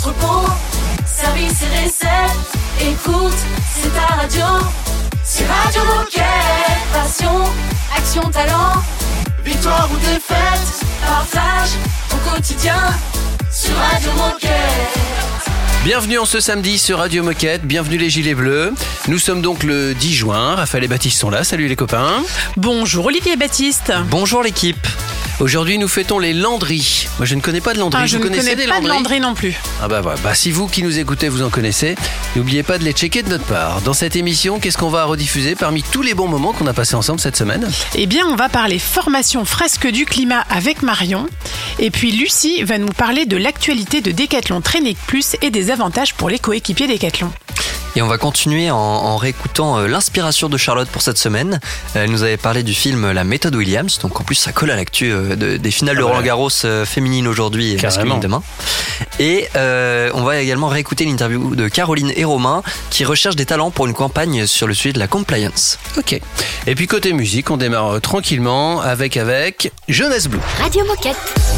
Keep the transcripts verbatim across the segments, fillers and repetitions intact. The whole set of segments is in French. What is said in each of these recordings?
entrepôt, service et recettes. Écoute, c'est ta radio. C'est Radio Moquette. Passion, action, talent. Victoire ou défaite, partage au quotidien sur Radio Moquette. Bienvenue en ce samedi sur Radio Moquette, bienvenue les gilets bleus. Nous sommes donc le dix juin, Raphaël et Baptiste sont là, salut les copains. Bonjour Olivier et Baptiste. Bonjour l'équipe. Aujourd'hui nous fêtons les Landry. Moi je ne connais pas de Landry, ah, je vous ne connaissez connais des pas Landry de Landry non plus. Ah bah voilà, bah, si vous qui nous écoutez vous en connaissez, n'oubliez pas de les checker de notre part. Dans cette émission, qu'est-ce qu'on va rediffuser parmi tous les bons moments qu'on a passés ensemble cette semaine ? Eh bien on va parler formation fresque du climat avec Marion. Et puis Lucie va nous parler de l'actualité de Decathlon Training Plus et des avantages pour les coéquipiers Decathlon. Et on va continuer en, en réécoutant euh, l'inspiration de Charlotte pour cette semaine. Elle nous avait parlé du film La méthode Williams, donc en plus ça colle à l'actu euh, de, des finales ah de Roland Garros euh, féminine aujourd'hui et masculine demain. Et euh, on va également réécouter l'interview de Caroline et Romain qui recherchent des talents pour une campagne sur le sujet de la compliance. Ok. Et puis côté musique, on démarre tranquillement avec avec Jonas Blue. Radio Moquette.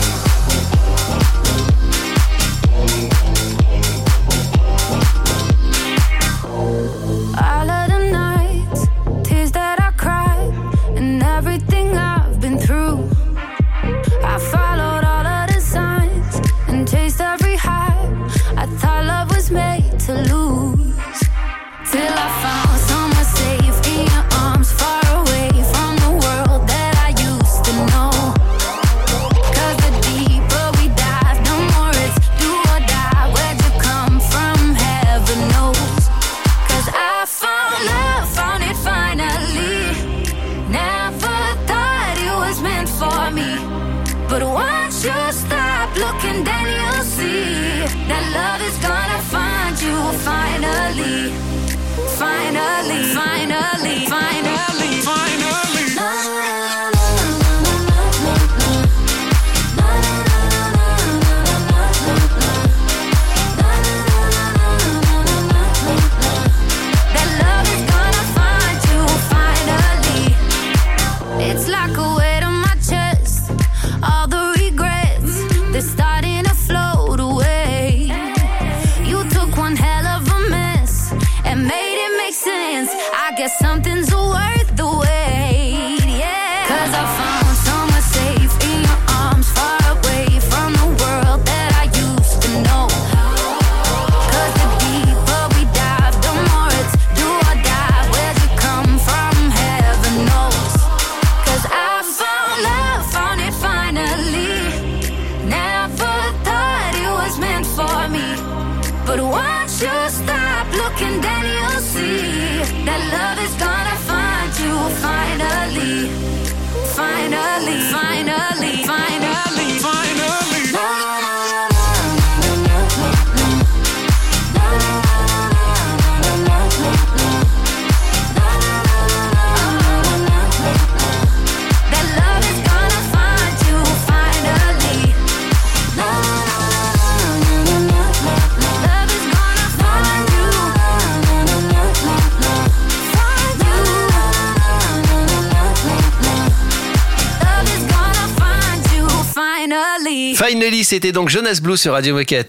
Finally, c'était donc Jonas Blue sur Radio Moquette.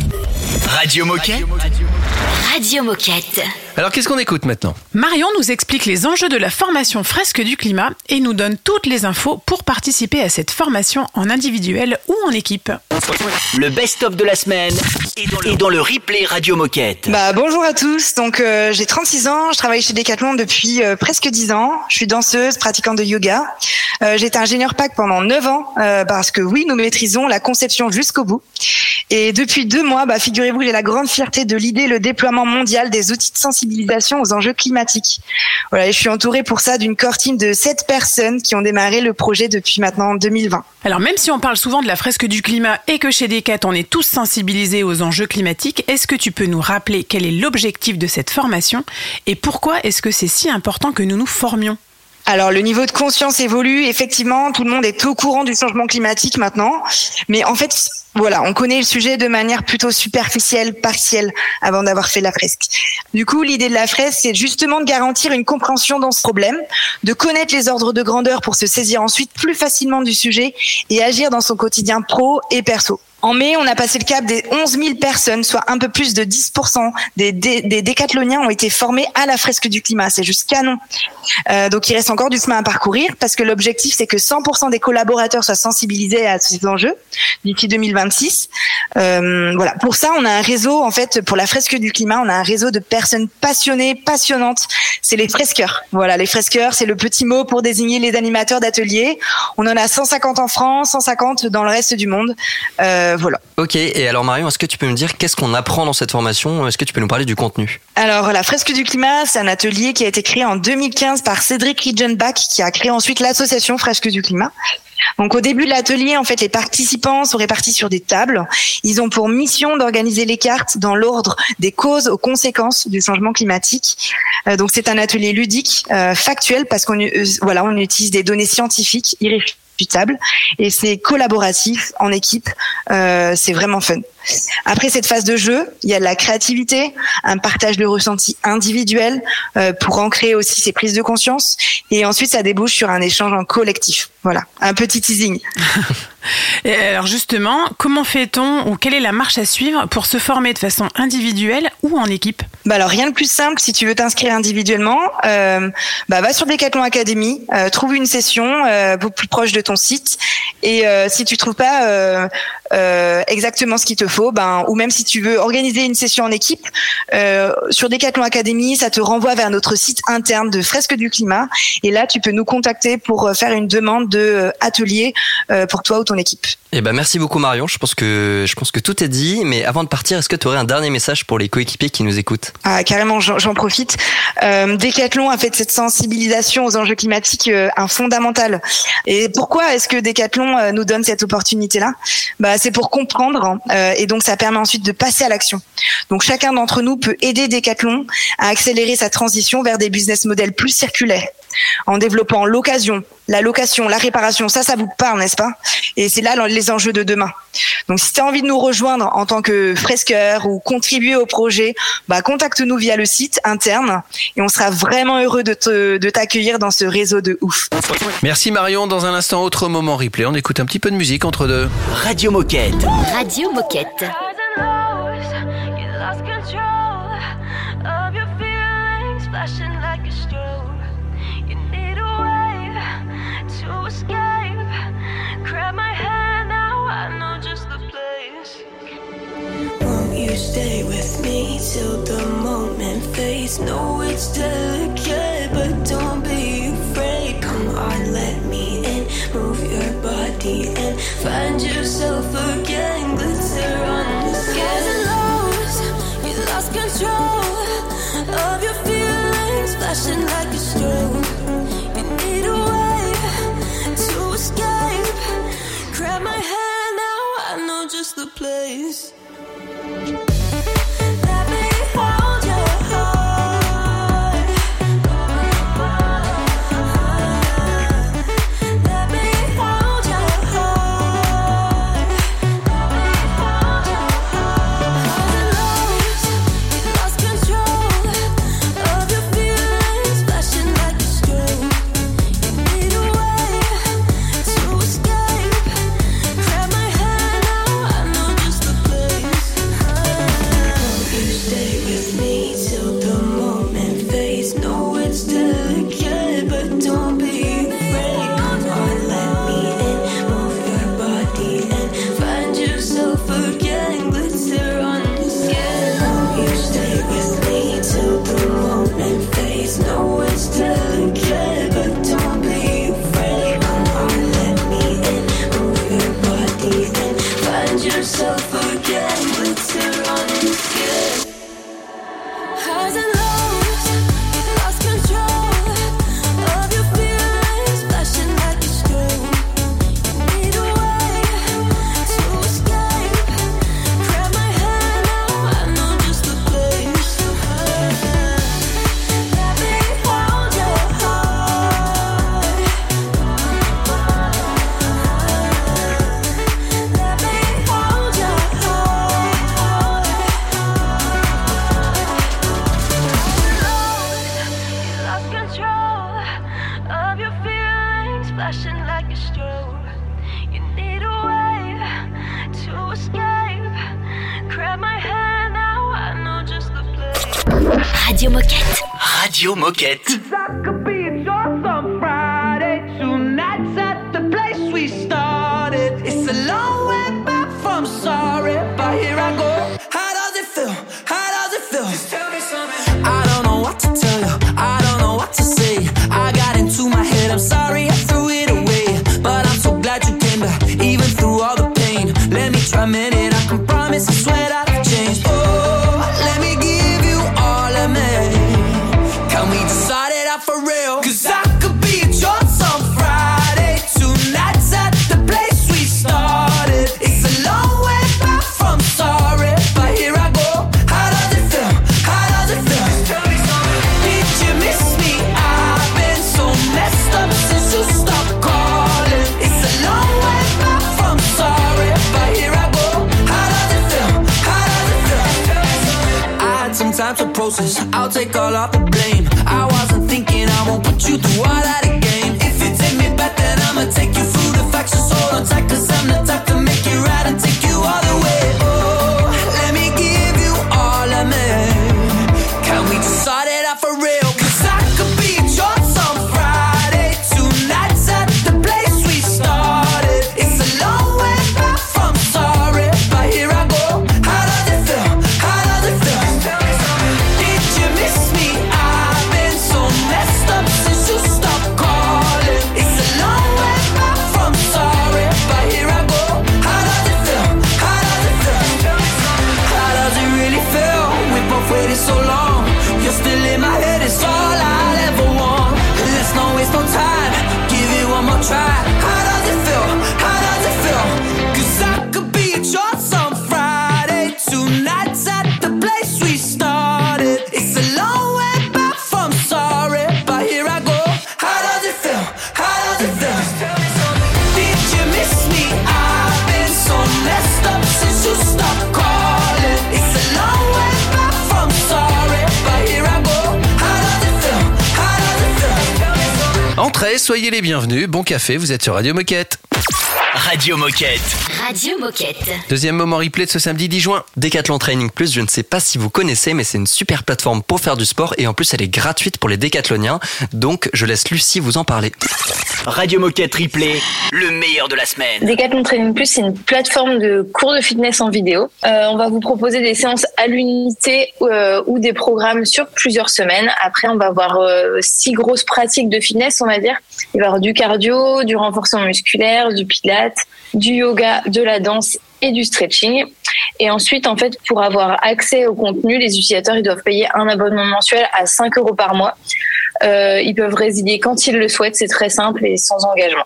Radio Moquette. Radio Moquette. Alors, qu'est-ce qu'on écoute maintenant ? Marion nous explique les enjeux de la formation fresque du climat et nous donne toutes les infos pour participer à cette formation en individuel ou en équipe. Le best-of de la semaine est dans le replay Radio Moquette. Bah, bonjour à tous. Donc, euh, j'ai trente-six ans. Je travaille chez Decathlon depuis euh, presque dix ans. Je suis danseuse, pratiquante de yoga. Euh, j'ai été ingénieur P A C pendant neuf ans euh, parce que oui, nous maîtrisons la conception jusqu'au bout. Et depuis deux mois, bah, figurez-vous, j'ai la grande fierté de l'idée le déploiement mondial des outils de sensibilisation aux enjeux climatiques. Voilà, et je suis entourée pour ça d'une core team de sept personnes qui ont démarré le projet depuis maintenant deux mille vingt. Alors même si on parle souvent de la fresque du climat et que chez Decat on est tous sensibilisés aux enjeux climatiques, est-ce que tu peux nous rappeler quel est l'objectif de cette formation et pourquoi est-ce que c'est si important que nous nous formions ? Alors, le niveau de conscience évolue. Effectivement, tout le monde est au courant du changement climatique maintenant. Mais en fait, Voilà, on connaît le sujet de manière plutôt superficielle, partielle, avant d'avoir fait la fresque. Du coup, l'idée de la fresque, c'est justement de garantir une compréhension dans ce problème, de connaître les ordres de grandeur pour se saisir ensuite plus facilement du sujet et agir dans son quotidien pro et perso. En mai, on a passé le cap des onze mille personnes, soit un peu plus de dix pour cent des, des, des décathloniens ont été formés à la fresque du climat. C'est juste canon. Euh, donc, il reste encore du chemin à parcourir parce que l'objectif, c'est que cent pour cent des collaborateurs soient sensibilisés à ces enjeux d'ici deux mille vingt-six. Euh, voilà. Pour ça, on a un réseau, en fait, pour la fresque du climat, on a un réseau de personnes passionnées, passionnantes. C'est les fresqueurs. Voilà, les fresqueurs, c'est le petit mot pour désigner les animateurs d'ateliers. On en a cent cinquante en France, cent cinquante dans le reste du monde. Euh, Voilà. Ok, et alors Marion, est-ce que tu peux me dire qu'est-ce qu'on apprend dans cette formation ? Est-ce que tu peux nous parler du contenu ? Alors, la fresque du climat, c'est un atelier qui a été créé en deux mille quinze par Cédric Ridgenbach, qui a créé ensuite l'association Fresque du climat. Donc, au début de l'atelier, en fait, les participants sont répartis sur des tables. Ils ont pour mission d'organiser les cartes dans l'ordre des causes aux conséquences du changement climatique. Euh, donc, c'est un atelier ludique, euh, factuel, parce qu'on euh, voilà, on utilise des données scientifiques irréfutables. Et c'est collaboratif, en équipe, euh, c'est vraiment fun. Après cette phase de jeu, il y a de la créativité, un partage de ressentis individuels euh, pour ancrer aussi ses prises de conscience, et ensuite ça débouche sur un échange en collectif. Voilà, un petit teasing. Et alors justement, comment fait-on ou quelle est la marche à suivre pour se former de façon individuelle ou en équipe ? Bah alors rien de plus simple, si tu veux t'inscrire individuellement, euh, bah va sur Decathlon Academy, euh, trouve une session euh, plus proche de ton site, et euh, si tu trouves pas euh, euh, exactement ce qu'il te faut, ben ou même si tu veux organiser une session en équipe, euh, sur Decathlon Academy, ça te renvoie vers notre site interne de Fresque du climat, et là tu peux nous contacter pour faire une demande de euh, atelier euh, pour toi ou ton équipe. Eh ben merci beaucoup Marion, je pense que je pense que tout est dit, mais avant de partir, est-ce que tu aurais un dernier message pour les coéquipiers qui nous écoutent ? Ah carrément, j'en, j'en profite. Euh, Decathlon a fait de cette sensibilisation aux enjeux climatiques euh, un fondamental. Et pourquoi est-ce que Decathlon euh, nous donne cette opportunité-là ? Bah c'est pour comprendre, euh, et donc ça permet ensuite de passer à l'action. Donc chacun d'entre nous peut aider Decathlon à accélérer sa transition vers des business models plus circulaires, en développant l'occasion, la location, la réparation. Ça, ça vous parle, n'est-ce pas ? Et c'est là les enjeux de demain. Donc, si tu as envie de nous rejoindre en tant que fresqueur ou contribuer au projet, bah, contacte-nous via le site interne et on sera vraiment heureux de, te, de t'accueillir dans ce réseau de ouf. Merci Marion. Dans un instant, autre moment replay. On écoute un petit peu de musique entre deux. Radio Moquette. Radio Moquette. Grab my hand now, I know just the place. Won't you stay with me till the moment fades? No, it's delicate, but don't be afraid. Come on, let me in, move your body and find yourself again. Glitter on the skin. Getting lost, you lost control of your feelings, flashing like a strobe. You need a way to escape. Grab my hand now, I know just the place. Let me hold your heart. Let me hold your heart. Lost, you lost control of your feelings, flashing like a strobe. You need a way to escape. Grab my hand now, I know just the place. flashing like a strobe. You need a way to escape. Grab my hand now, I know just the place. Radio Moquette. Radio Moquette. I could be at yours on Friday, two nights at the place we started. It's a long way back from sorry, but here I go. How does it feel? How does it feel? Just tell me something. I don't know what to tell you. I don't know what to say. I got into my head. I'm sorry I threw it away, but I'm so glad you came back, even through all the pain. Let me try a minute. I can promise. I swear that I've changed. Oh, let me give you all of me. Can we just start it out for real? 'Cause I could be at yours on Friday, two nights at the place we started. It's a long way back from sorry, but here I go. How does it feel? How does it feel? Did you miss me? I've been so messed up since you stopped calling. It's a long way back from sorry, but here I go. How does it feel? How does it feel? I had some time to process. I'll take all of the blame. I wasn't thinking I won't put you through all that again. If you take me back, then I'ma take you through the facts. Just hold on tight, 'cause I'm the type to make you right and take you all the way. Oh, let me give you all of me. Can we just start it out for real? 'Cause I could be at yours on Friday, two nights at the place we started. It's a long way back from sorry, but here I go. How does it feel? How does it feel? Did you miss me? I've been so messed up since you stopped calling. It's a long way back from sorry, but here I go. How does it feel? How does it feel? How does it really feel? We both waited so long. You're still in my head, it's all I'll ever want. Let's not waste no time, give it one more try. How does it feel? How does it feel? 'Cause I could be at yours on Friday, two nights at the place we started. It's a long way back from sorry, but here I go. How does it feel? How does it feel? Did you miss me? I've been so messed up since you stopped calling. It's a long way back from sorry, but here I go. How does it feel? How does it feel? Entrez, soyez les bienvenus. Bon café, vous êtes sur Radio Moquette. Radio Moquette. Radio Moquette. Deuxième moment replay de ce samedi dix juin. Decathlon Training Plus, je ne sais pas si vous connaissez, mais c'est une super plateforme pour faire du sport et en plus elle est gratuite pour les décathloniens. Donc je laisse Lucie vous en parler. Radio Moquette Replay, le meilleur de la semaine. Decathlon Training Plus, c'est une plateforme de cours de fitness en vidéo. Euh, on va vous proposer des séances à l'unité euh, ou des programmes sur plusieurs semaines. Après, on va avoir euh, six grosses pratiques de fitness, on va dire. Il va y avoir du cardio, du renforcement musculaire, du pilates, du yoga, de la danse et du stretching. Et ensuite, en fait, pour avoir accès au contenu, les utilisateurs ils doivent payer un abonnement mensuel à cinq euros par mois. Euh, ils peuvent résilier quand ils le souhaitent, c'est très simple et sans engagement.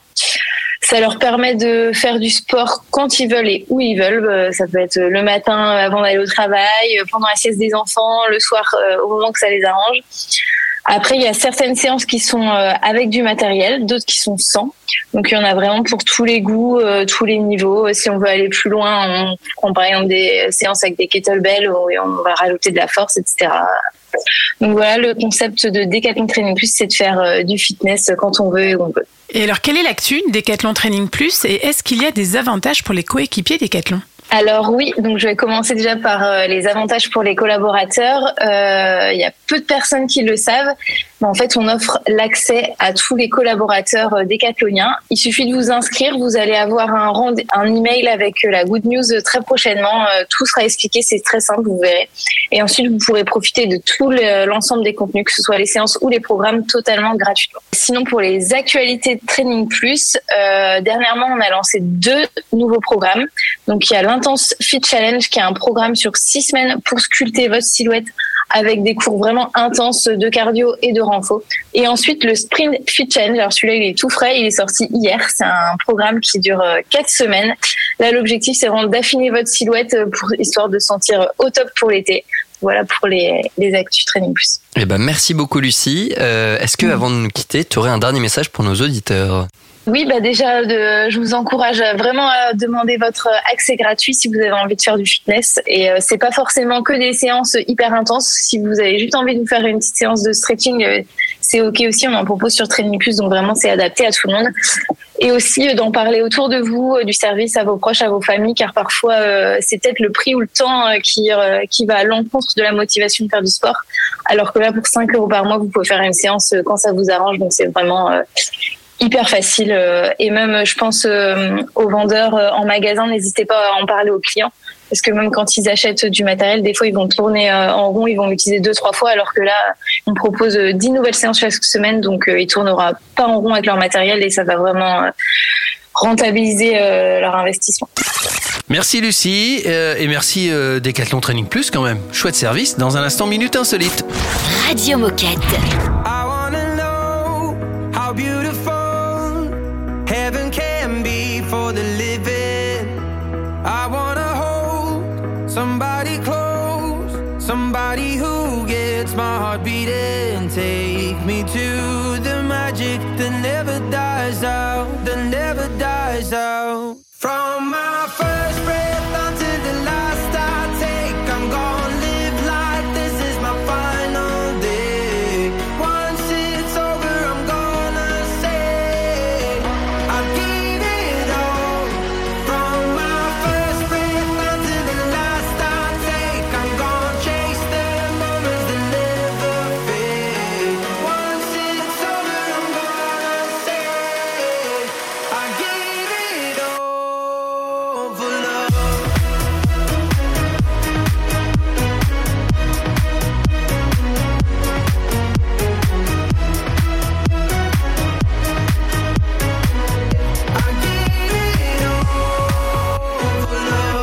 Ça leur permet de faire du sport quand ils veulent et où ils veulent. Ça peut être le matin avant d'aller au travail, pendant la sieste des enfants, le soir au moment que ça les arrange. Après, il y a certaines séances qui sont avec du matériel, d'autres qui sont sans. Donc, il y en a vraiment pour tous les goûts, euh, tous les niveaux. Si on veut aller plus loin, on prend par exemple des séances avec des kettlebells où on va rajouter de la force, et cetera. Donc voilà, le concept de Decathlon Training Plus, c'est de faire euh, du fitness quand on veut et où on veut. Et alors, quelle est l'actu Decathlon Training Plus et est-ce qu'il y a des avantages pour les coéquipiers Decathlon ? Alors oui, donc je vais commencer déjà par euh, les avantages pour les collaborateurs. Euh, il y a peu de personnes qui le savent, mais en fait on offre l'accès à tous les collaborateurs euh, décathloniens. Il suffit de vous inscrire, vous allez avoir un, rend- un email avec euh, la good news très prochainement. Euh, tout sera expliqué, c'est très simple, vous verrez. Et ensuite vous pourrez profiter de tout le, l'ensemble des contenus, que ce soit les séances ou les programmes, totalement gratuitement. Sinon pour les actualités de Training Plus, euh, dernièrement on a lancé deux nouveaux programmes. Donc il y a l'Intense Fit Challenge qui est un programme sur six semaines pour sculpter votre silhouette avec des cours vraiment intenses de cardio et de renfo. Et ensuite le Sprint Fit Challenge, alors celui-là il est tout frais, il est sorti hier, c'est un programme qui dure quatre semaines. Là l'objectif c'est vraiment d'affiner votre silhouette pour, histoire de se sentir au top pour l'été. Voilà pour les, les actus Training Plus. Eh ben, merci beaucoup Lucie. Euh, est-ce que, mmh. avant de nous quitter, tu aurais un dernier message pour nos auditeurs ? Oui, bah déjà, de, je vous encourage vraiment à demander votre accès gratuit si vous avez envie de faire du fitness. Et euh, c'est pas forcément que des séances hyper intenses. Si vous avez juste envie de vous faire une petite séance de stretching, euh, c'est ok aussi. On en propose sur Training Plus, donc vraiment c'est adapté à tout le monde. et aussi d'en parler autour de vous, du service à vos proches, à vos familles, car parfois euh, c'est peut-être le prix ou le temps euh, qui euh, qui va à l'encontre de la motivation de faire du sport, alors que là pour cinq euros par mois vous pouvez faire une séance euh, quand ça vous arrange, donc c'est vraiment euh, hyper facile euh, et même je pense euh, aux vendeurs euh, en magasin, n'hésitez pas à en parler aux clients. Parce que même quand ils achètent du matériel, des fois, ils vont tourner en rond, ils vont l'utiliser deux, trois fois, alors que là, on propose dix nouvelles séances chaque semaine, donc euh, ils tourneront pas en rond avec leur matériel et ça va vraiment euh, rentabiliser euh, leur investissement. Merci Lucie, euh, et merci euh, Decathlon Training Plus quand même. Chouette service. Dans un instant, Minute Insolite. Radio Moquette. I wanna know how beautiful heaven can be for the living. I wanna somebody close, somebody who gets my heart beating. Take me to the magic that never dies out, that never dies out. From my first breath until the last I take, I'm gonna live like this is my final day. Once it's over, I'm gonna say I gave it all. From my first breath until the last I take, I'm gonna chase the moments that never fade. Once it's over, I'm gonna say I gave it all for love. I gave it all for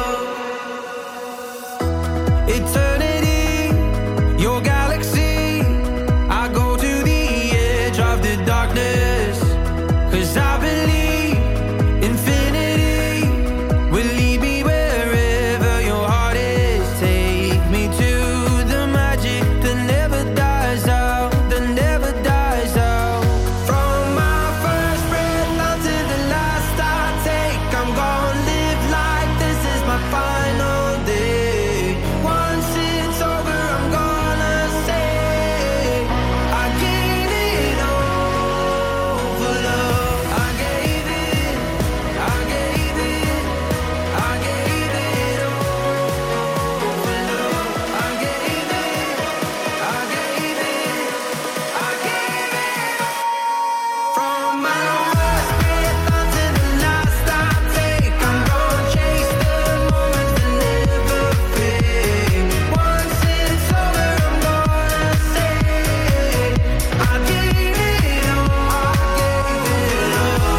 love. Eternity, your galaxy. I go to the edge of the darkness, 'cause I believe infinity will lead me wherever your heart is. Take me to the magic that never dies out, that never dies out. From my first breath until the last I take, I'm gonna live like this is my final day. Once it's over, I'm gonna say I gave it all for love. I gave it, I gave it, I gave it all for love. I gave it, I gave it, I gave it all. From my first breath until the last I take, I'm gonna chase the moments that never fade. Once it's over, I'm gonna say I gave it all, I gave it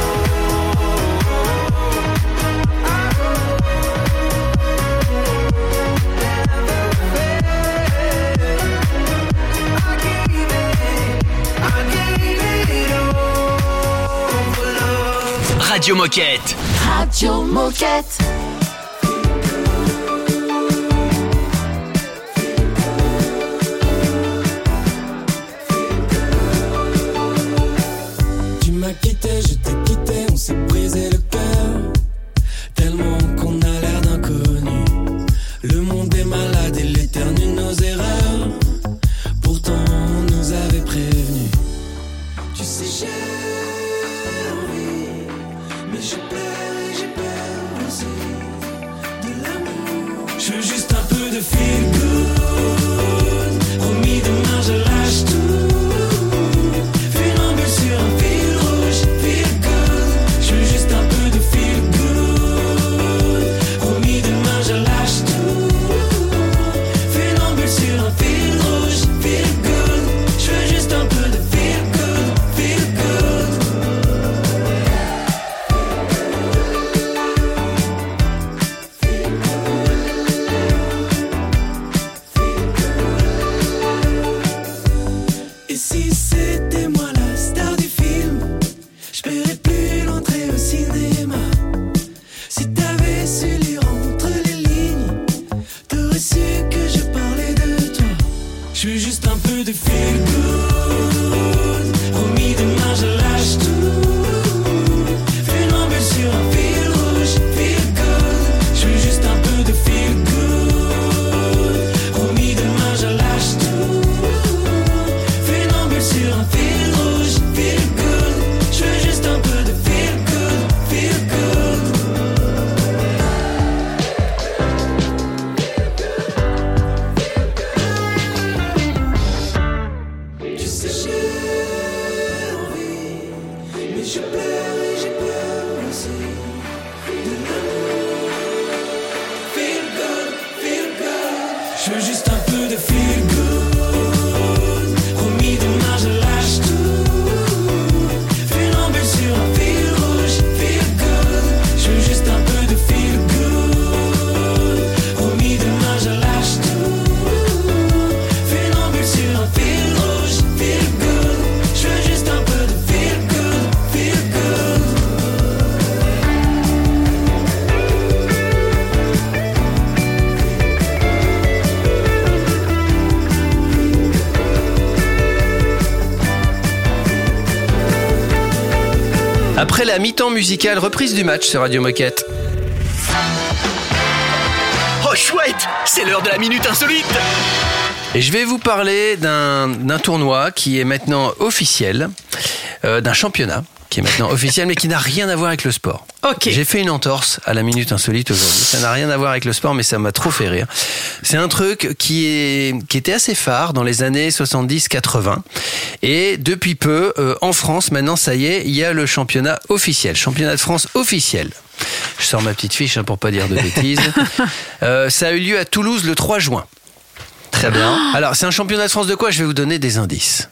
Radio Moquette. Radio Moquette. Tu m'as quitté, je t'ai quitté, on s'est brisé le cœur. Tellement qu'on a l'air d'inconnu. Le monde est malade, il éternue nos erreurs. Pourtant on nous avait prévenus. Tu sais j'ai envie, mais j'ai peur et j'ai peur aussi de l'amour. Je veux juste un peu de feel good. Promis demain je lâche tout. Funambule sur un fil rouge, feel good. Je veux juste un peu de feel good. Promis demain je lâche tout. Funambule sur un fil rouge, feel good. Je veux juste un peu de feel good, feel good. j'ai peur et j'ai peur aussi de l'amour. Feel good, feel good. Je veux juste un peu de feel good. Promis demain je lâche tout. Fais une embûche sur un fil rouge. Feel good. Je veux juste un peu de feel good. Promis demain je lâche tout. Fais une embûche sur un fil rouge. Feel good. Je veux juste un peu de feel good. Feel good. Après la mi-temps musicale, reprise du match sur Radio Moquette. Oh chouette, c'est l'heure de la minute insolite. Et je vais vous parler d'un, d'un tournoi qui est maintenant officiel, euh, d'un championnat qui est maintenant officiel, mais qui n'a rien à voir avec le sport. Ok. J'ai fait une entorse à la minute insolite aujourd'hui. Ça n'a rien à voir avec le sport, mais ça m'a trop fait rire. C'est un truc qui est qui était assez phare dans les années soixante-dix quatre-vingts. Et depuis peu, euh, en France, maintenant, ça y est, il y a le championnat officiel, championnat de France officiel. Je sors ma petite fiche hein, pour pas dire de bêtises. Euh, ça a eu lieu à Toulouse le trois juin. Très bien. Alors, c'est un championnat de France de quoi ? Je vais vous donner des indices.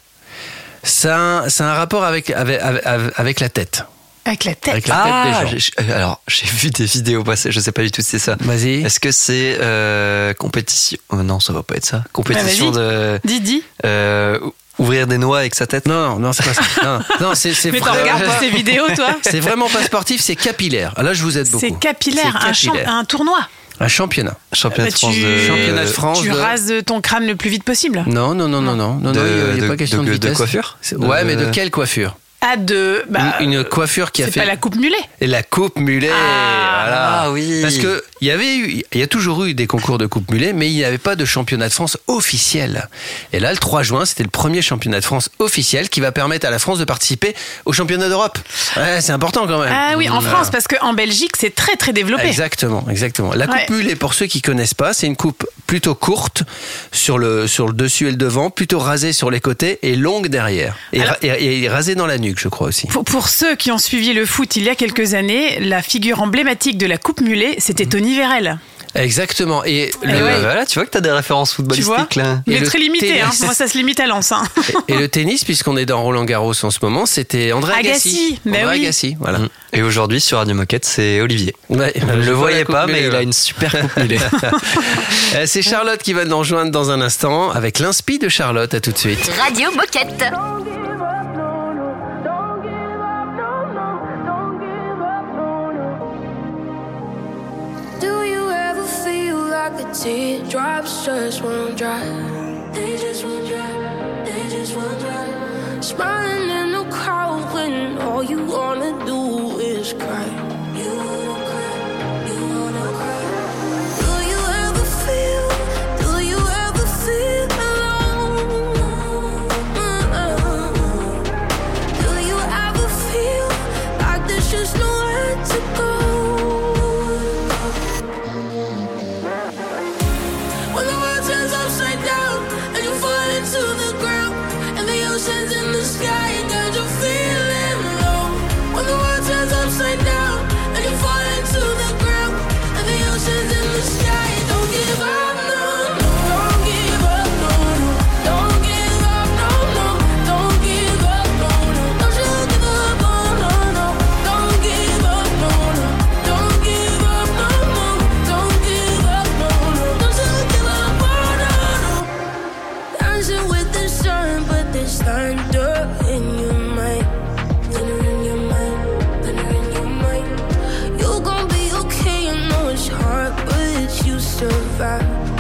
Ça, c'est un rapport avec, avec, avec, avec la tête. Avec la tête. Avec la Ah, tête des gens. j'ai- alors j'ai vu des vidéos passer, je sais pas du tout si c'est ça. Vas-y. Est-ce que c'est euh, compétition oh, Non, ça va pas être ça. Compétition Bah, de Didi. euh, ouvrir des noix avec sa tête. Non, non, non, c'est pas ça. Non, non c'est, c'est Mais t'en vrai- regardes pas ces vidéos, toi. C'est vraiment pas sportif, c'est capillaire. Ah, là, je vous aide beaucoup. C'est capillaire, C'est un, champ- capillaire. un tournoi. Un championnat. Championnat Bah, de France tu- de Championnat de France. Tu de- rases ton crâne le plus vite possible. Non, non, non, non, non, non, De- non, il n'y a, de- pas question de, de- de vitesse. coiffure C'est- De- Ouais, mais de quelle coiffure Ah, de. Bah, une, une coiffure qui a c'est fait. pas la coupe mulet. Et la coupe mulet. Ah, voilà. ah oui. Parce que il y avait eu, il y a toujours eu des concours de coupe mulet, mais il n'y avait pas de championnat de France officiel. Et là, le trois juin, c'était le premier championnat de France officiel qui va permettre à la France de participer au championnat d'Europe. Ouais, c'est important quand même. Ah oui, en Voilà. France, parce qu'en Belgique, c'est très très développé. Exactement, exactement. La coupe Ouais. mulet, pour ceux qui connaissent pas, c'est une coupe plutôt courte sur le sur le dessus et le devant, plutôt rasée sur les côtés et longue derrière, et, Alors- ra- et, et rasée dans la nuque, je crois aussi. Pour, pour ceux qui ont suivi le foot il y a quelques années, la figure emblématique de la coupe mulet, c'était Tony Vérel. Exactement. Et Eh le, ouais. Voilà, tu vois que t'as des références Tu vois footballistiques là. Mais Et le très limité, hein. tennis. Moi ça se limite à Lens. Hein. et le tennis, puisqu'on est dans Roland Garros en ce moment, c'était André Agassi. Agassi, bah André oui. Agassi, voilà. Mm. Et aujourd'hui sur Radio Moquette, c'est Olivier. Ouais, Vous ne je le vois la voyez coupe pas, mulet, mais il a ouais. une super coupe mulet. Euh, C'est Charlotte qui va nous rejoindre dans un instant avec l'inspi de Charlotte. À tout de suite. Radio Moquette. Do you ever feel like the teardrops just won't dry? They just won't dry, they just won't dry. Smiling in the crowd when all you wanna do is cry. You wanna cry, you wanna cry. Do you ever feel, do you ever feel alone? Do you ever feel like there's just nowhere to go? When the world turns upside down and you fall into the ground and the ocean's in the sky and you're feeling low. When the world turns upside down and you fall into the ground and the ocean's in the sky, don't give up, no, no. Don't give up, no, no. Don't give up, no, no. Don't give up, no, no. Don't you give up, no, no, no. Don't give up, no, no. Don't give up, no, no. Don't give up, no, no. Don't you give up, no, no, no. Dancing with the sun, but there's thunder in your mind. Thunder in your mind. Thunder in your mind. You gon' be okay, I know it's hard, but you survive.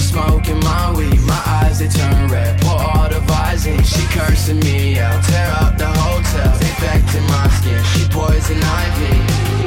smoking my weed. My eyes, they turn red, pour all the Visine. She cursing me out, tear up the hotel, infecting my skin, she poison ivy.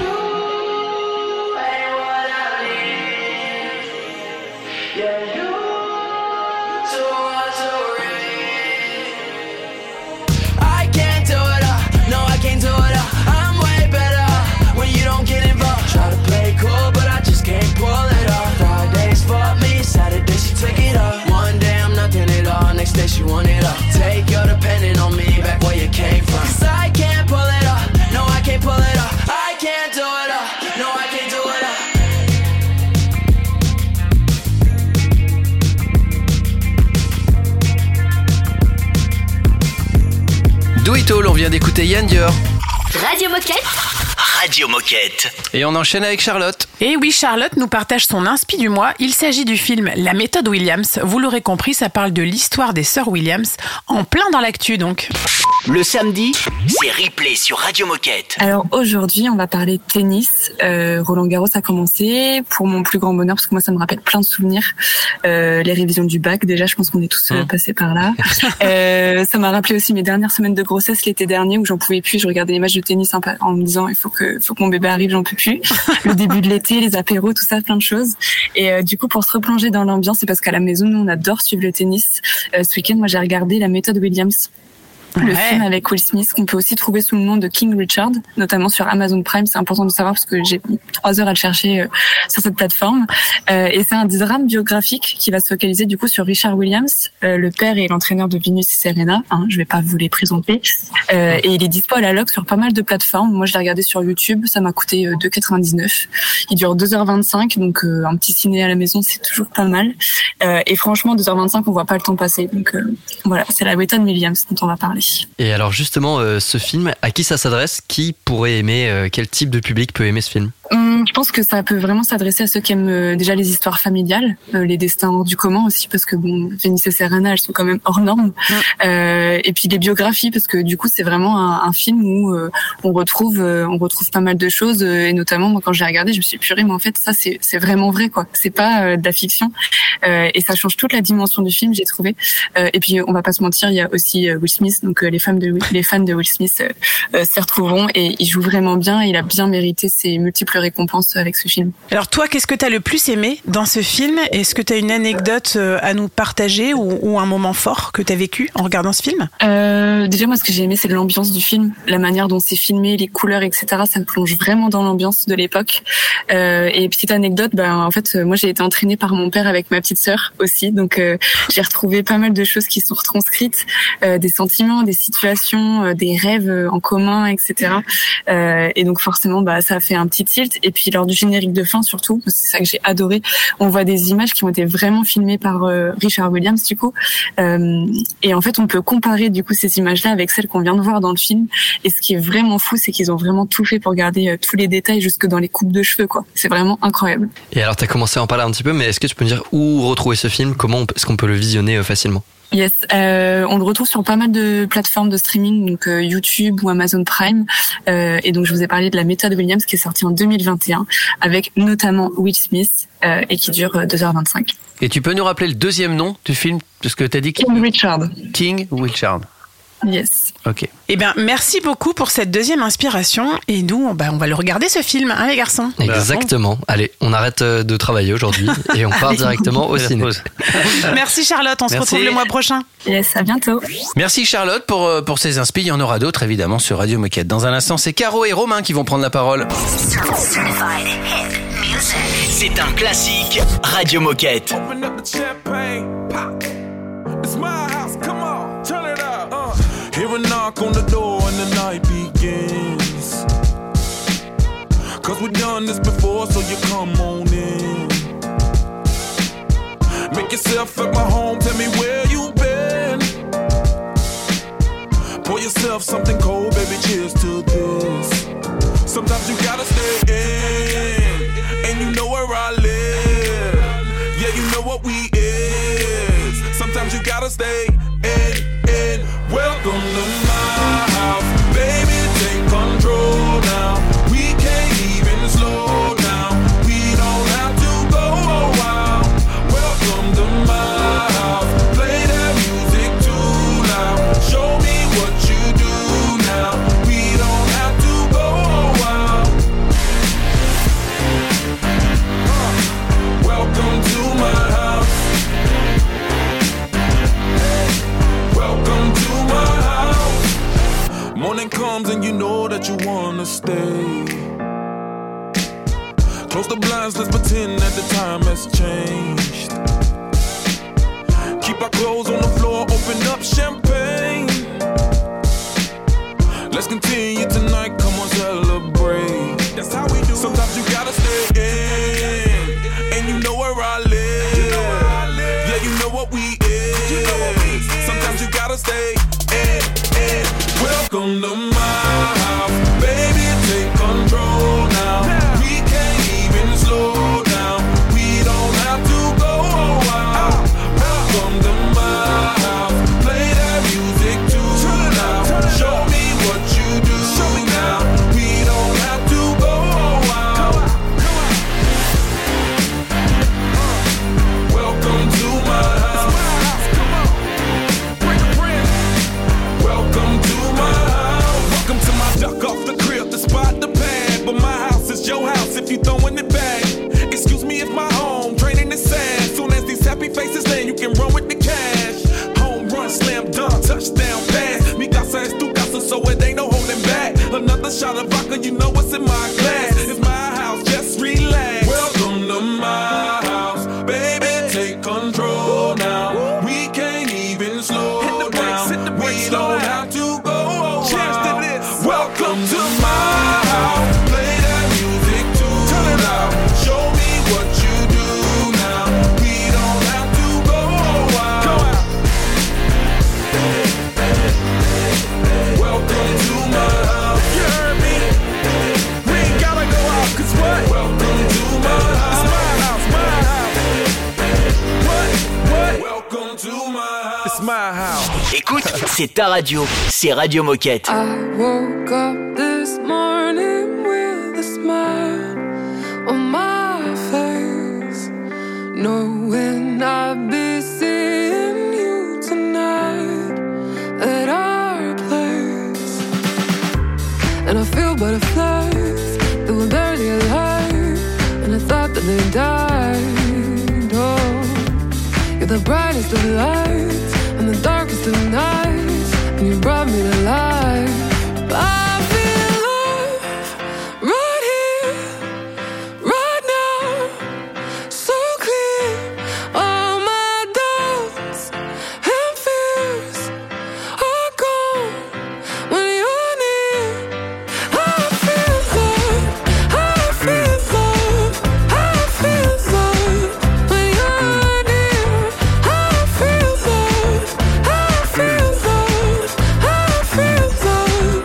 She want it up. Take your depending on me back where you came from. Cause I can't pull it up. No, I can't pull it up. I can't do it up. No, I can't do it up. Do It All, on vient d'écouter Yann Dior. Radio Moquette. Radio Moquette. Et on enchaîne avec Charlotte. Et oui, Charlotte nous partage son inspi du mois. Il s'agit du film La méthode Williams. Vous l'aurez compris, ça parle de l'histoire des sœurs Williams, en plein dans l'actu donc. Le samedi, c'est replay sur Radio Moquette. Alors aujourd'hui, on va parler de tennis. Euh, Roland Garros a commencé, pour mon plus grand bonheur, parce que moi ça me rappelle plein de souvenirs. Euh, les révisions du bac, déjà, je pense qu'on est tous mmh. passés par là. euh, ça m'a rappelé aussi mes dernières semaines de grossesse l'été dernier où j'en pouvais plus. Je regardais les matchs de tennis en me disant il faut que, faut que mon bébé arrive, j'en peux plus. Le début de l'été, les apéros, tout ça, plein de choses. Et euh, du coup, pour se replonger dans l'ambiance, c'est parce qu'à la maison, nous, on adore suivre le tennis. Euh, ce week-end, moi, j'ai regardé La méthode Williams. Le ouais. film avec Will Smith, qu'on peut aussi trouver sous le nom de King Richard, notamment sur Amazon Prime. C'est important de savoir parce que j'ai mis trois heures à le chercher euh, sur cette plateforme. Euh, et c'est un drame biographique qui va se focaliser du coup sur Richard Williams, euh, le père et l'entraîneur de Venus et Serena. Hein, je vais pas vous les présenter. Euh, et il est dispo à la loc sur pas mal de plateformes. Moi, je l'ai regardé sur YouTube. Ça m'a coûté euh, deux euros quatre-vingt-dix-neuf. Il dure deux heures vingt-cinq, donc euh, un petit ciné à la maison, c'est toujours pas mal. Euh, et franchement, deux heures vingt-cinq, on voit pas le temps passer. Donc euh, voilà, c'est la méthode Williams dont on va parler. Et alors justement, euh, ce film, à qui ça s'adresse ? Qui pourrait aimer ? euh, Quel type de public peut aimer ce film ? Hum, je pense que ça peut vraiment s'adresser à ceux qui aiment euh, déjà les histoires familiales, euh, les destins hors du commun aussi, parce que bon, Venus et Serena, elles sont quand même hors normes. Ouais. Euh, et puis les biographies, parce que du coup, c'est vraiment un, un film où euh, on retrouve, euh, on retrouve pas mal de choses. Euh, et notamment, moi, quand j'ai regardé, je me suis dit, purée, mais en fait, ça, c'est, c'est vraiment vrai, quoi. C'est pas euh, de la fiction. Euh, et ça change toute la dimension du film, j'ai trouvé. Euh, et puis, on va pas se mentir, il y a aussi euh, Will Smith, donc euh, les femmes de les fans de Will Smith euh, euh, s'y retrouveront et il joue vraiment bien. Il a bien mérité ses multiples récompenses avec ce film. Alors toi, qu'est-ce que tu as le plus aimé dans ce film ? Est-ce que tu as une anecdote à nous partager ou, ou un moment fort que tu as vécu en regardant ce film ? euh, Déjà, moi, ce que j'ai aimé, c'est l'ambiance du film, la manière dont c'est filmé, les couleurs, et cetera. Ça me plonge vraiment dans l'ambiance de l'époque. Euh, et petite anecdote, ben en fait, moi, j'ai été entraînée par mon père avec ma petite sœur aussi, donc euh, j'ai retrouvé pas mal de choses qui sont retranscrites, euh, des sentiments, des situations, euh, des rêves en commun, et cetera. Euh, et donc forcément, bah ça a fait un petit tilt. Et puis lors du générique de fin, surtout, c'est ça que j'ai adoré. On voit des images qui ont été vraiment filmées par euh, Richard Williams, du coup. Euh, et en fait, on peut comparer du coup ces images-là avec celles qu'on vient de voir dans le film. Et ce qui est vraiment fou, c'est qu'ils ont vraiment tout fait pour garder euh, tous les détails, jusque dans les coupes de cheveux, quoi. C'est vraiment incroyable. Et alors, t'as commencé à en parler un petit peu, mais est-ce que tu peux me dire où retrouver ce film ? Comment est-ce qu'on peut le visionner euh, facilement ? Yes, euh, on le retrouve sur pas mal de plateformes de streaming, donc euh, YouTube ou Amazon Prime. Euh, et donc je vous ai parlé de La méthode Williams qui est sortie en deux mille vingt et un, avec notamment Will Smith euh, et qui dure deux heures vingt-cinq. Et tu peux nous rappeler le deuxième nom du film, parce que t'as dit King Richard. King Richard. Yes. Ok. Eh bien, merci beaucoup pour cette deuxième inspiration. Et nous, bah, on va le regarder ce film, hein, les garçons. Exactement. Bah, Allez, on arrête de travailler aujourd'hui et on part directement au ciné. Merci Charlotte, on Merci. se retrouve le mois prochain. Yes, à bientôt. Merci Charlotte pour, pour ces inspi. Il y en aura d'autres évidemment sur Radio Moquette. Dans un instant, c'est Caro et Romain qui vont prendre la parole. C'est un classique Radio Moquette. Hear a knock on the door and the night begins. Cause we've done this before, so you come on in. Make yourself at my home, tell me where you been. Pour yourself something cold, baby, cheers to this. Sometimes you gotta stay in, and you know where I live. Yeah, you know what we is. Sometimes you gotta stay in. Welcome to my house, baby, take control now. We can't even slow down, we don't have to go a while. Welcome to wanna stay. Close the blinds, let's pretend that the time has changed. Keep our clothes on the floor, open up champagne. Let's continue tonight, come on, celebrate. That's how we do. Sometimes you gotta stay in, and you know where I live. You know where I live. Yeah, you know what we is. You know what we is. Sometimes you gotta stay in, in. Welcome to my house, baby, take control now. now. We can't even slow down. We don't have to go out. Welcome to my house, play that music too loud. Show me what you do now. We don't have to go out. Welcome to my house. Welcome to my house. Welcome to my duck off the crib, the spot, the pad. But my house is your house if you throwing it back. Excuse me if my home draining is sad. Soon as these happy faces land, you can run with the cash. Home run, slam dunk, touchdown pass. Mi casa es tu casa, so it ain't no holding back. Another shot of vodka, you know what's in my glass. It's my house, just relax. Welcome to my house, baby, take control now. We can't even slow down. We don't have to go out. Welcome to my house, play that music too loud. Show me what you do now. We don't have to go out. Welcome to my house. You heard me? We ain't gotta go out, cause what? Welcome to my house. It's my house, my house. What? What? Welcome to my house. It's my house. Écoute, c'est ta radio, c'est Radio Moquette. I woke up this morning with a smile on my face, knowing I'd be seeing you tonight at our place. And I feel butterflies that were barely alive, and I thought that they died. Oh, you're the brightest of lights and the darkest of nights, and you brought me to life. I feel love right here, right now, so clear. All my doubts and fears are gone when you're near. I feel love, I feel love, I feel love when you're near. I feel love, I feel love, I feel love.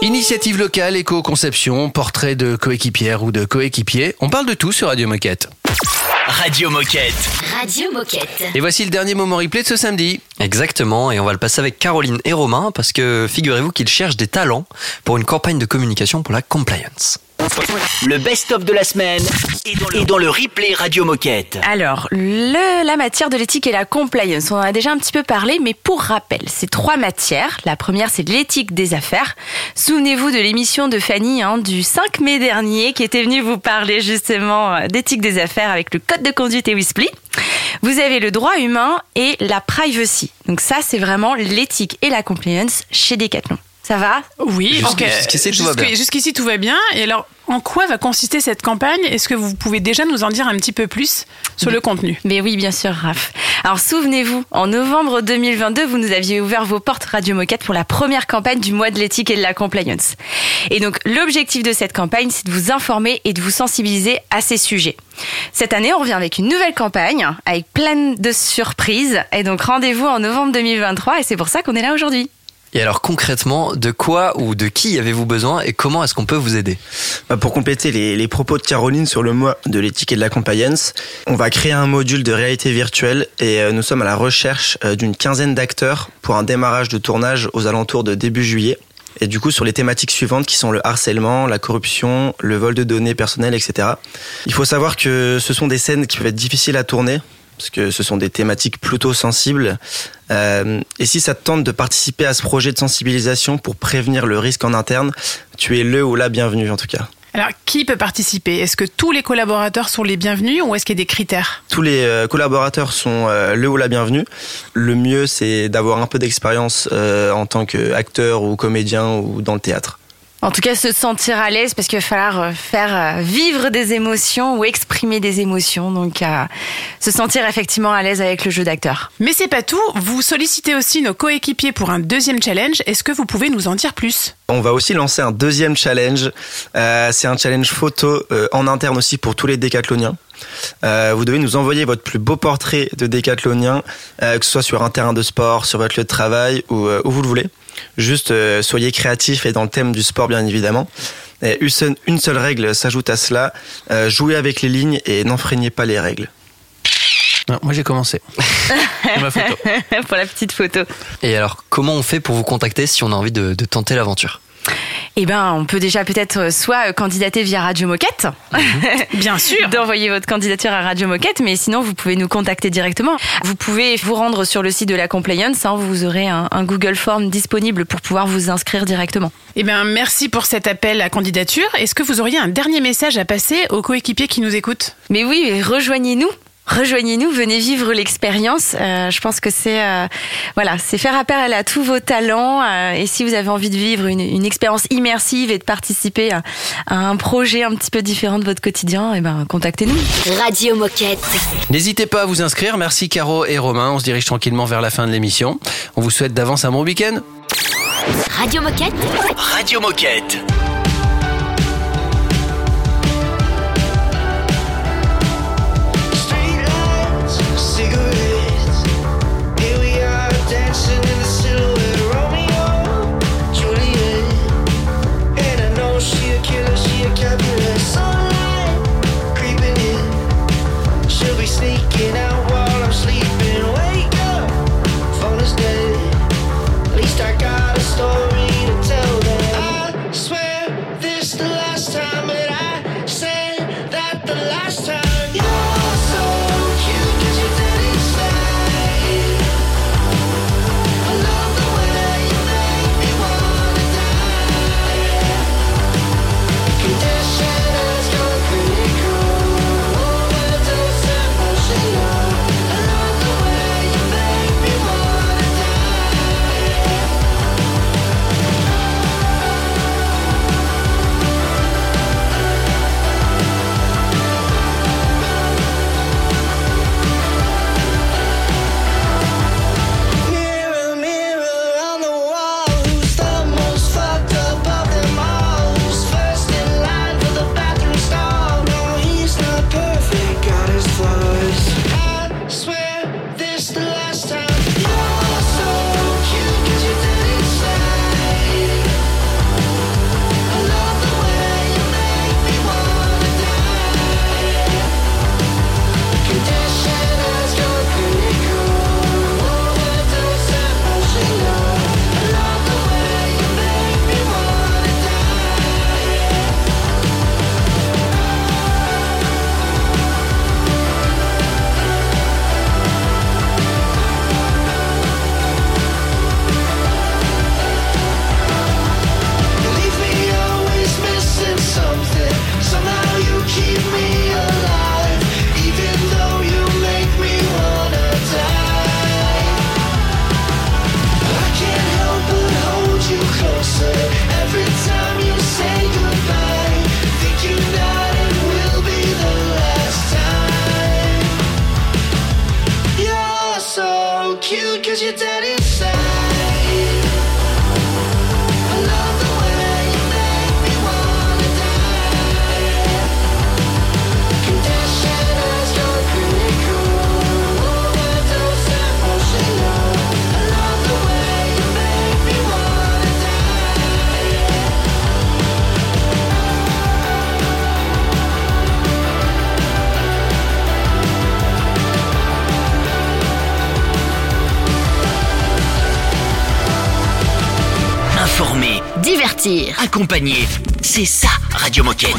Initiative locale, éco-conception, portrait de coéquipière ou de coéquipier. On parle de tout sur Radio Moquette. Radio Moquette. Radio Moquette. Et voici le dernier moment replay de ce samedi. Exactement, et on va le passer avec Caroline et Romain parce que figurez-vous qu'ils cherchent des talents pour une campagne de communication pour la compliance. Le best-of de la semaine est dans le, est dans le replay Radio Moquette. Alors, le, la matière de l'éthique et la compliance, on en a déjà un petit peu parlé, mais pour rappel, c'est trois matières. La première, c'est l'éthique des affaires. Souvenez-vous de l'émission de Fanny hein, du cinq mai dernier qui était venue vous parler justement d'éthique des affaires avec le code de conduite et Wisply. Vous avez le droit humain et la privacy. Donc ça, c'est vraiment l'éthique et la compliance chez Decathlon. Ça va ? Oui, Jusqu'ici, okay. jusqu'ici, tout va bien. Jusqu'ici, tout va bien. Et alors, en quoi va consister cette campagne ? Est-ce que vous pouvez déjà nous en dire un petit peu plus sur le contenu ? Mais oui, bien sûr, Raph. Alors, souvenez-vous, en novembre deux mille vingt-deux, vous nous aviez ouvert vos portes Radio Moquette pour la première campagne du mois de l'éthique et de la compliance. Et donc, l'objectif de cette campagne, c'est de vous informer et de vous sensibiliser à ces sujets. Cette année, on revient avec une nouvelle campagne, avec plein de surprises. Et donc, rendez-vous en novembre deux mille vingt-trois, et c'est pour ça qu'on est là aujourd'hui. Et alors concrètement, de quoi ou de qui avez-vous besoin et comment est-ce qu'on peut vous aider ? Bah pour compléter les, les propos de Caroline sur le mois de l'éthique et de la compliance, on va créer un module de réalité virtuelle et nous sommes à la recherche d'une quinzaine d'acteurs pour un démarrage de tournage aux alentours de début juillet. Et du coup, sur les thématiques suivantes qui sont le harcèlement, la corruption, le vol de données personnelles, et cetera. Il faut savoir que ce sont des scènes qui peuvent être difficiles à tourner, parce que ce sont des thématiques plutôt sensibles. Euh, et si ça te tente de participer à ce projet de sensibilisation pour prévenir le risque en interne, tu es le ou la bienvenue en tout cas. Alors, qui peut participer ? Est-ce que tous les collaborateurs sont les bienvenus ou est-ce qu'il y a des critères ? Tous les euh, collaborateurs sont euh, le ou la bienvenue. Le mieux, c'est d'avoir un peu d'expérience euh, en tant qu'acteur ou comédien ou dans le théâtre. En tout cas, se sentir à l'aise parce qu'il va falloir faire vivre des émotions ou exprimer des émotions. Donc, euh, se sentir effectivement à l'aise avec le jeu d'acteur. Mais c'est pas tout. Vous sollicitez aussi nos coéquipiers pour un deuxième challenge. Est-ce que vous pouvez nous en dire plus ? On va aussi lancer un deuxième challenge. Euh, c'est un challenge photo euh, en interne aussi pour tous les décathloniens. Euh, vous devez nous envoyer votre plus beau portrait de décathlonien, euh, que ce soit sur un terrain de sport, sur votre lieu de travail ou euh, où vous le voulez. Juste euh, soyez créatifs et dans le thème du sport bien évidemment. Et une, une seule règle s'ajoute à cela, euh, jouez avec les lignes et n'enfreignez pas les règles. Non, moi j'ai commencé. Ma photo. Pour la petite photo. Et alors, comment on fait pour vous contacter si on a envie de, de tenter l'aventure ? Eh ben, on peut déjà peut-être soit candidater via Radio Moquette. Mmh. Bien sûr. D'envoyer votre candidature à Radio Moquette, mais sinon, vous pouvez nous contacter directement. Vous pouvez vous rendre sur le site de la compliance, hein, vous aurez un, un Google Form disponible pour pouvoir vous inscrire directement. Eh bien, merci pour cet appel à candidature. Est-ce que vous auriez un dernier message à passer aux coéquipiers qui nous écoutent ? Mais oui, rejoignez-nous. Rejoignez-nous, venez vivre l'expérience. Euh, je pense que c'est euh, voilà, c'est faire appel à tous vos talents. Euh, et si vous avez envie de vivre une, une expérience immersive et de participer à, à un projet un petit peu différent de votre quotidien, eh ben contactez-nous. Radio Moquette. N'hésitez pas à vous inscrire. Merci Caro et Romain. On se dirige tranquillement vers la fin de l'émission. On vous souhaite d'avance un bon week-end. Radio Moquette. Radio Moquette. Sneaking out while I'm sleeping. Wake up, phone is dead. At least I got a story to tell them. I swear divertir, accompagner. C'est ça, Radio Moquette.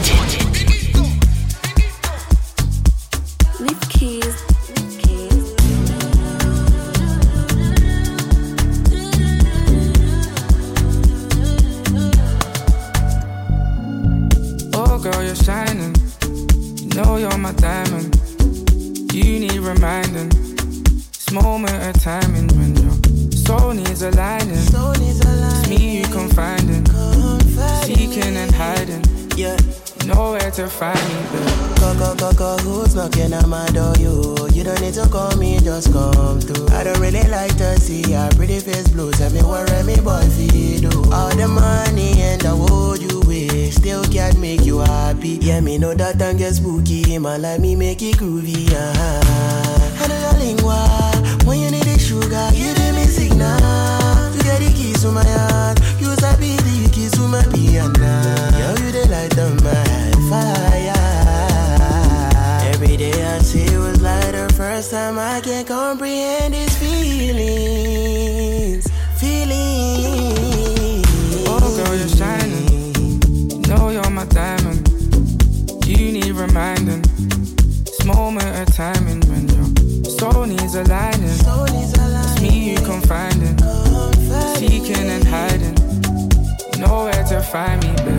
Oh girl, you're shining. You know you're my diamond. You need reminding. This moment of timing when your soul needs aligning. It's me you confiding, seeking and hiding. Yeah, nowhere to find me, babe. Go, go, go, go, who's knocking at my door? You, you don't need to call me, just come through. I don't really like to see your pretty face blue. Tell me what me boy feel do. All the money and the wood you wish still can't make you happy. Yeah, me know that time get spooky, man, like me make it groovy. Uh-huh. I know your lingua, when you need the sugar, you give me signal. You get the keys to my heart, you sabi the keys to my piano. Yo, you the light of my fire. Every day I see it was like the first time I can't comprehend these feelings, feelings. Oh girl, you're shining. You know you're my diamond. You need reminding. This moment of timing when your soul needs aligning. It's me you confiding, seeking and hiding. Nowhere to find me, babe.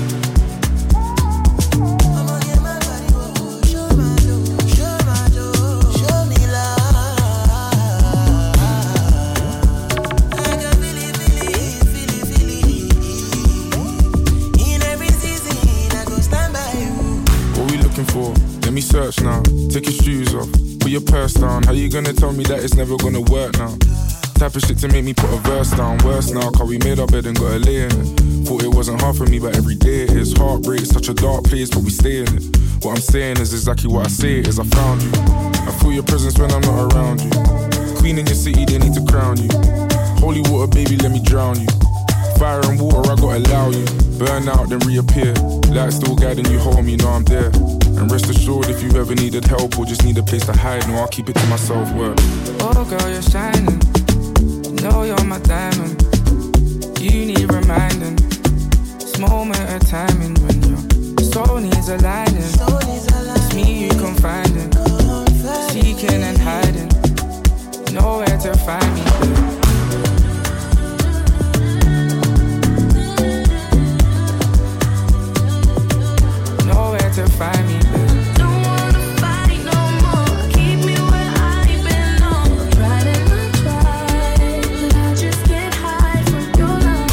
Let me search now, take your shoes off, put your purse down. How you gonna tell me that it's never gonna work now? Type of shit to make me put a verse down. Worse now, cause we made our bed and got a lay in it. Thought it wasn't hard for me, but every day it is. Heartbreak, such a dark place, but we stay in it. What I'm saying is exactly what I say is I found you. I feel your presence when I'm not around you. Queen in your city, they need to crown you. Holy water, baby, let me drown you. Fire and water, I gotta allow you. Burn out, then reappear. Light still guiding you home, you know I'm there. And rest assured, if you ever needed help or just need a place to hide, no, I'll keep it to myself, word. Oh girl, you're shining. You know you're my diamond. You need reminding. This moment of timing when your soul needs aligning. It's me you confiding, seeking and hiding. Nowhere to find me, babe. To find me, babe. Don't wanna fight no more. Keep me where I belong. Tried and I tried, but I just can't hide from your love.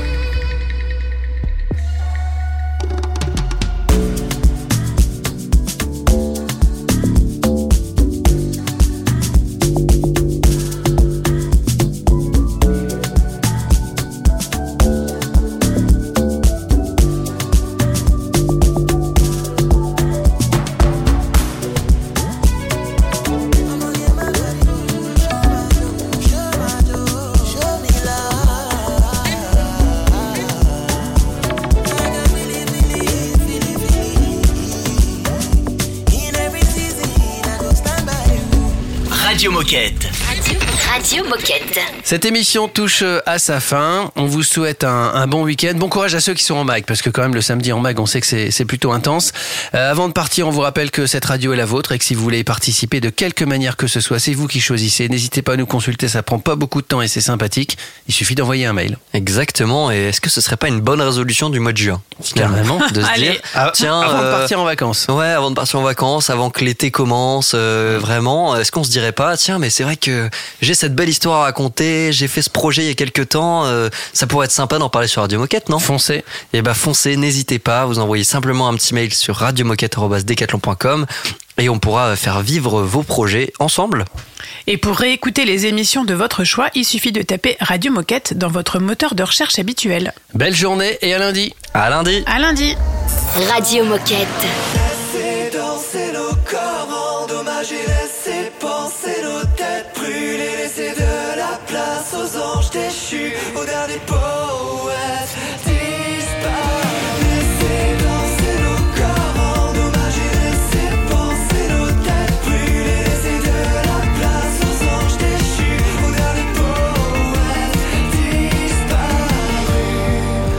Radio Moquette. Radio Moquette. Cette émission touche à sa fin. On vous souhaite un, un bon week-end. Bon courage à ceux qui sont en mag, parce que quand même le samedi en mag, on sait que c'est, c'est plutôt intense. Euh, avant de partir, on vous rappelle que cette radio est la vôtre et que si vous voulez y participer de quelque manière que ce soit, c'est vous qui choisissez. N'hésitez pas à nous consulter, ça prend pas beaucoup de temps et c'est sympathique. Il suffit d'envoyer un mail. Exactement. Et est-ce que ce serait pas une bonne résolution du mois de juin, carrément, de se Allez, dire, à, tiens, avant euh, de partir en vacances. Ouais, avant de partir en vacances, avant que l'été commence, euh, vraiment, est-ce qu'on se dirait pas, tiens, mais c'est vrai que j'ai cette belle histoire à raconter, j'ai fait ce projet il y a quelques temps, euh, ça pourrait être sympa d'en parler sur Radio Moquette, non ? Foncez. Et bah foncez, n'hésitez pas, vous envoyez simplement un petit mail sur radio moquette arobase decathlon point com et on pourra faire vivre vos projets ensemble. Et pour réécouter les émissions de votre choix, il suffit de taper Radio Moquette dans votre moteur de recherche habituel. Belle journée et à lundi. À lundi. À lundi. Radio Moquette. Laissez danser nos corps, endommager, laissez penser nos têtes brûler, laissez de la place aux anges déchus, aux derniers poètes disparus. Laissez danser nos corps, endommager, laissez penser nos têtes brûler, laissez de la place aux anges déchus, aux derniers poètes disparus.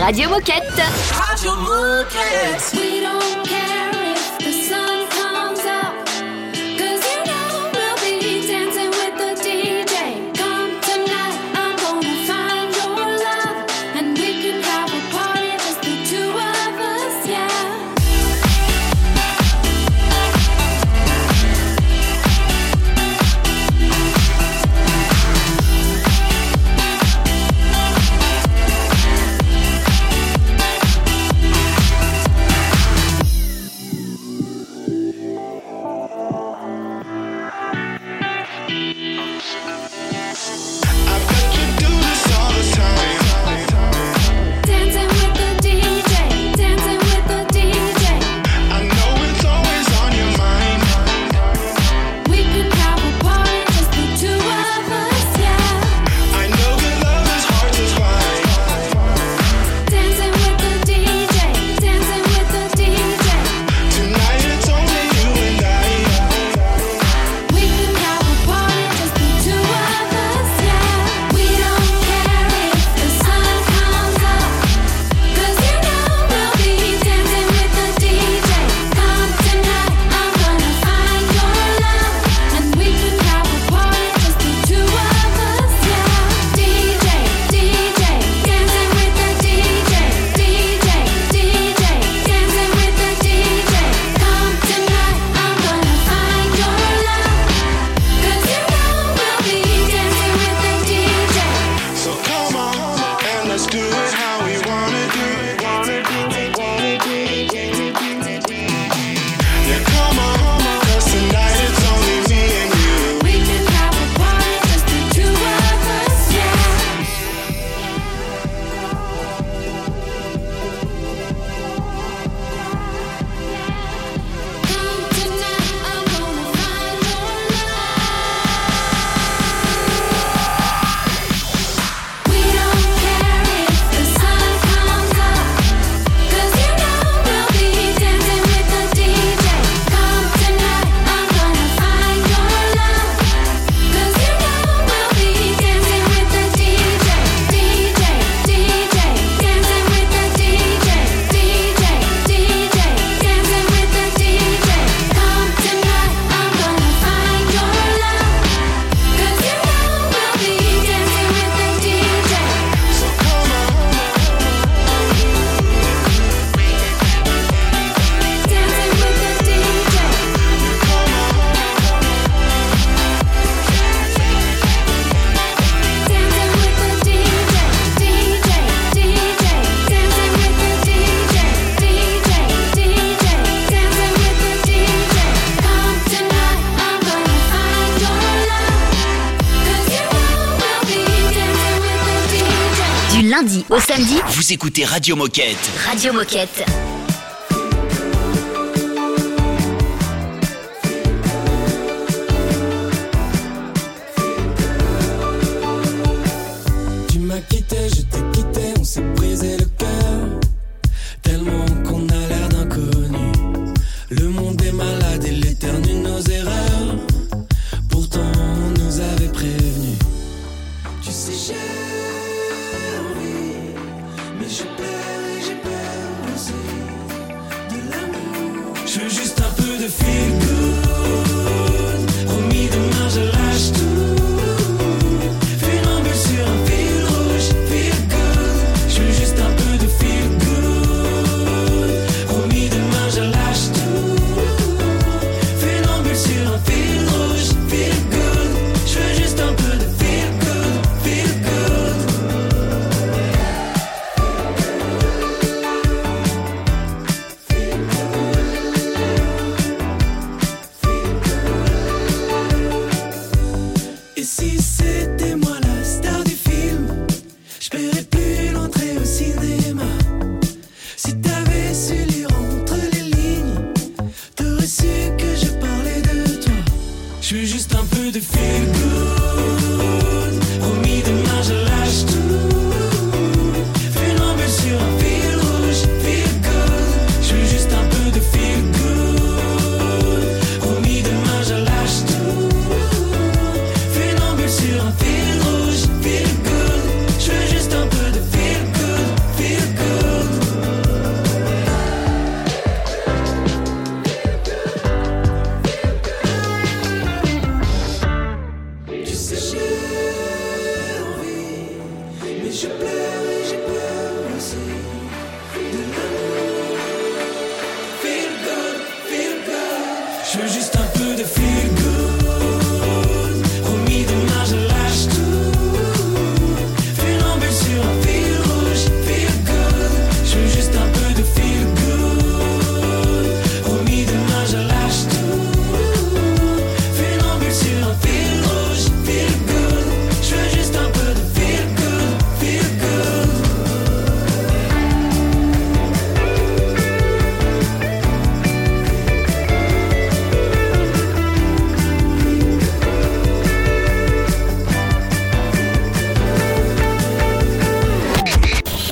Radio Moquette. Radio Moquette. We don't care if the sun comes up, 'cause you know we'll be dancing with the D J. Come tonight, I'm gonna find your love, and we can have a party, just the two of us, yeah. Dancing with the D J, dancing with the D J. I know it's always on your mind. We can have a party, just the two of us, yeah. I know that love is hard to find. Dancing with the D J, dancing with the D J. Tonight it's only you and I. We can have a party, just the two of us, yeah. We don't care if the sun comes up, 'cause you know we'll be dancing with the D J. Come tonight, I'm gonna find your love, and we can have a party, just the two of us, yeah. D J, D J, dancing with the D J. D J, D J, dancing with the D J. Come tonight, I'm gonna find your love, 'cause you know we'll be dancing with the D J. So come on, and let's do it how we wanna do it. Wanna do it, wanna do it. Yeah, come on, 'cause tonight it's only me and you. We can have a party, just the two of us, yeah. Come tonight, I'm gonna find your love. We don't care if the sun comes up, 'cause you know we'll be dancing with the D J. Come tonight, I'm gonna find your love, 'cause you know we'll be dancing with the D J. D J, D J, dancing with the D J. D J, D J, dancing with the D J. Come tonight, I'm gonna find your love, 'cause you know we'll be dancing with the D J. So come on, Dancing with the D J. Dancing with the D J. D J, D J, dancing with the D J. D J, D J, dancing with the D J. Come tonight, I'm gonna find your love, 'cause you know we'll be dancing with the D J. Du lundi au samedi, Vous écoutez Radio Moquette. Radio Moquette. Tu m'as quitté, je t'ai quitté, on s'est brisé le cœur. Tellement qu'on a l'air d'inconnu. Le monde est malade, il éternue nos erreurs. Pourtant on nous avait prévenus. Tu sais j'ai envie, mais j'ai peur et j'ai peur aussi de l'amour. Je veux juste un peu de feel good. Promis demain je lâche tout. Fais un but sur un fil rouge, feel good. Je veux juste un peu de feel good. Promis demain je lâche tout. Fais un but sur un fil rouge, feel good. Je veux juste un peu de feel good, feel good. Et si c'était moi la star du film, je paierais plus l'entrée au cinéma. Si t'avais su lire entre les lignes, t'aurais su que je parlais de toi. Je veux juste un peu de feel good. Promis demain je lâche tout. Fais une embûche sur un fil rouge, feel good. Je veux juste un peu de feel good. Promis demain je lâche tout. Fais une embûche sur un fil rouge, feel good. Je veux juste un peu de feel good, feel good.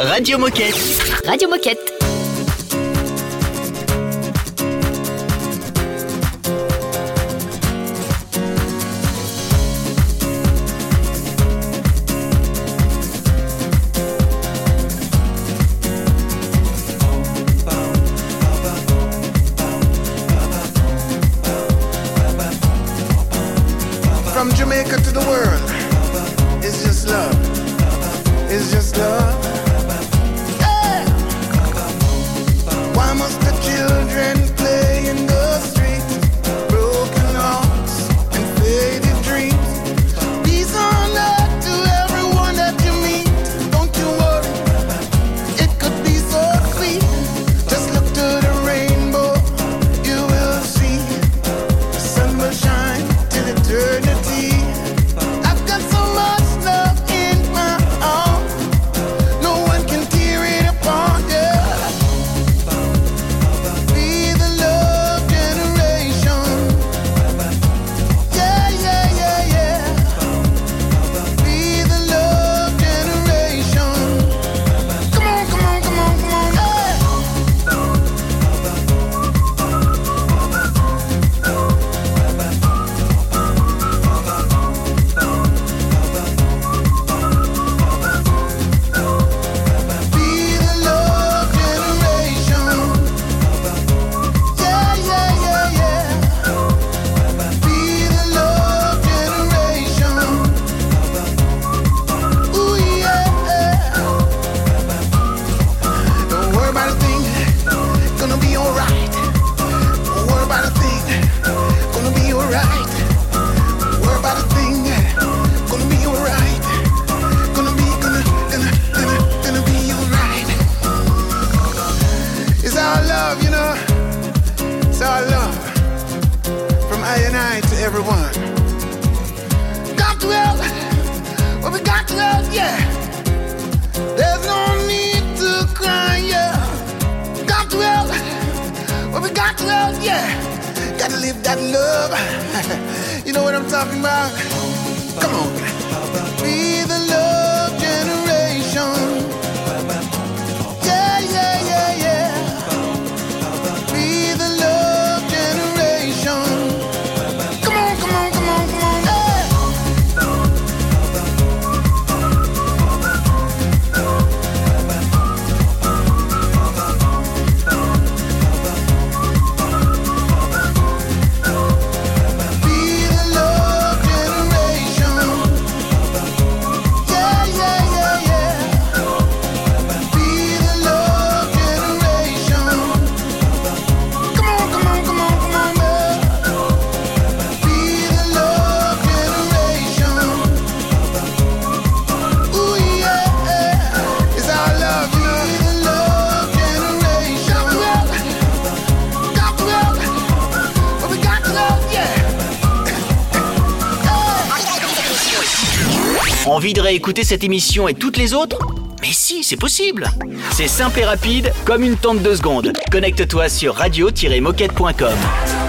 Radio Moquette. Radio Moquette. From Jamaica to the world, it's just love. It's just love. Yeah. Why must the children play in the streets? Broken hearts and faded dreams. Peace on earth to everyone that you meet. Don't you worry, it could be so sweet. Just look to the rainbow, you will see. The sun will shine till eternity. I've got so much love in my heart, no one can tear it apart, yeah. Be the love generation. Yeah, yeah, yeah, yeah. Be the love generation. Come on, come on, come on, come on, yeah. Be the love generation. Yeah, yeah, yeah, yeah. Be the love generation. Ooh, yeah. Don't worry about a thing, gonna be alright. Don't worry about a thing, gonna be alright. Don't worry about a thing, gonna be alright. Gonna be, gonna, gonna, gonna, gonna be alright. It's our love, you know. It's our love. From I and I to everyone. Got to help. Well, we got to help, yeah. There's no need to cry, yeah. Got to help. Well, we got to help, yeah. Gotta live that love. You know what I'm talking about? Come on. Be the love generation. Yeah, yeah, yeah, yeah. Be the love generation. Come on, come on, come on, come on, yeah. Be the love generation. Yeah, yeah, yeah, yeah. Be the love generation. Come on, come on, come on, come on, man. Be the love generation. Ooh, yeah. It's our love, you know. Be the love generation. Got to help. Got to help. But we got to help, yeah. Envie de réécouter cette émission et toutes les autres? Mais si, c'est possible. C'est simple et rapide, comme une tente de secondes. Connecte-toi sur radio tiret moquette point com.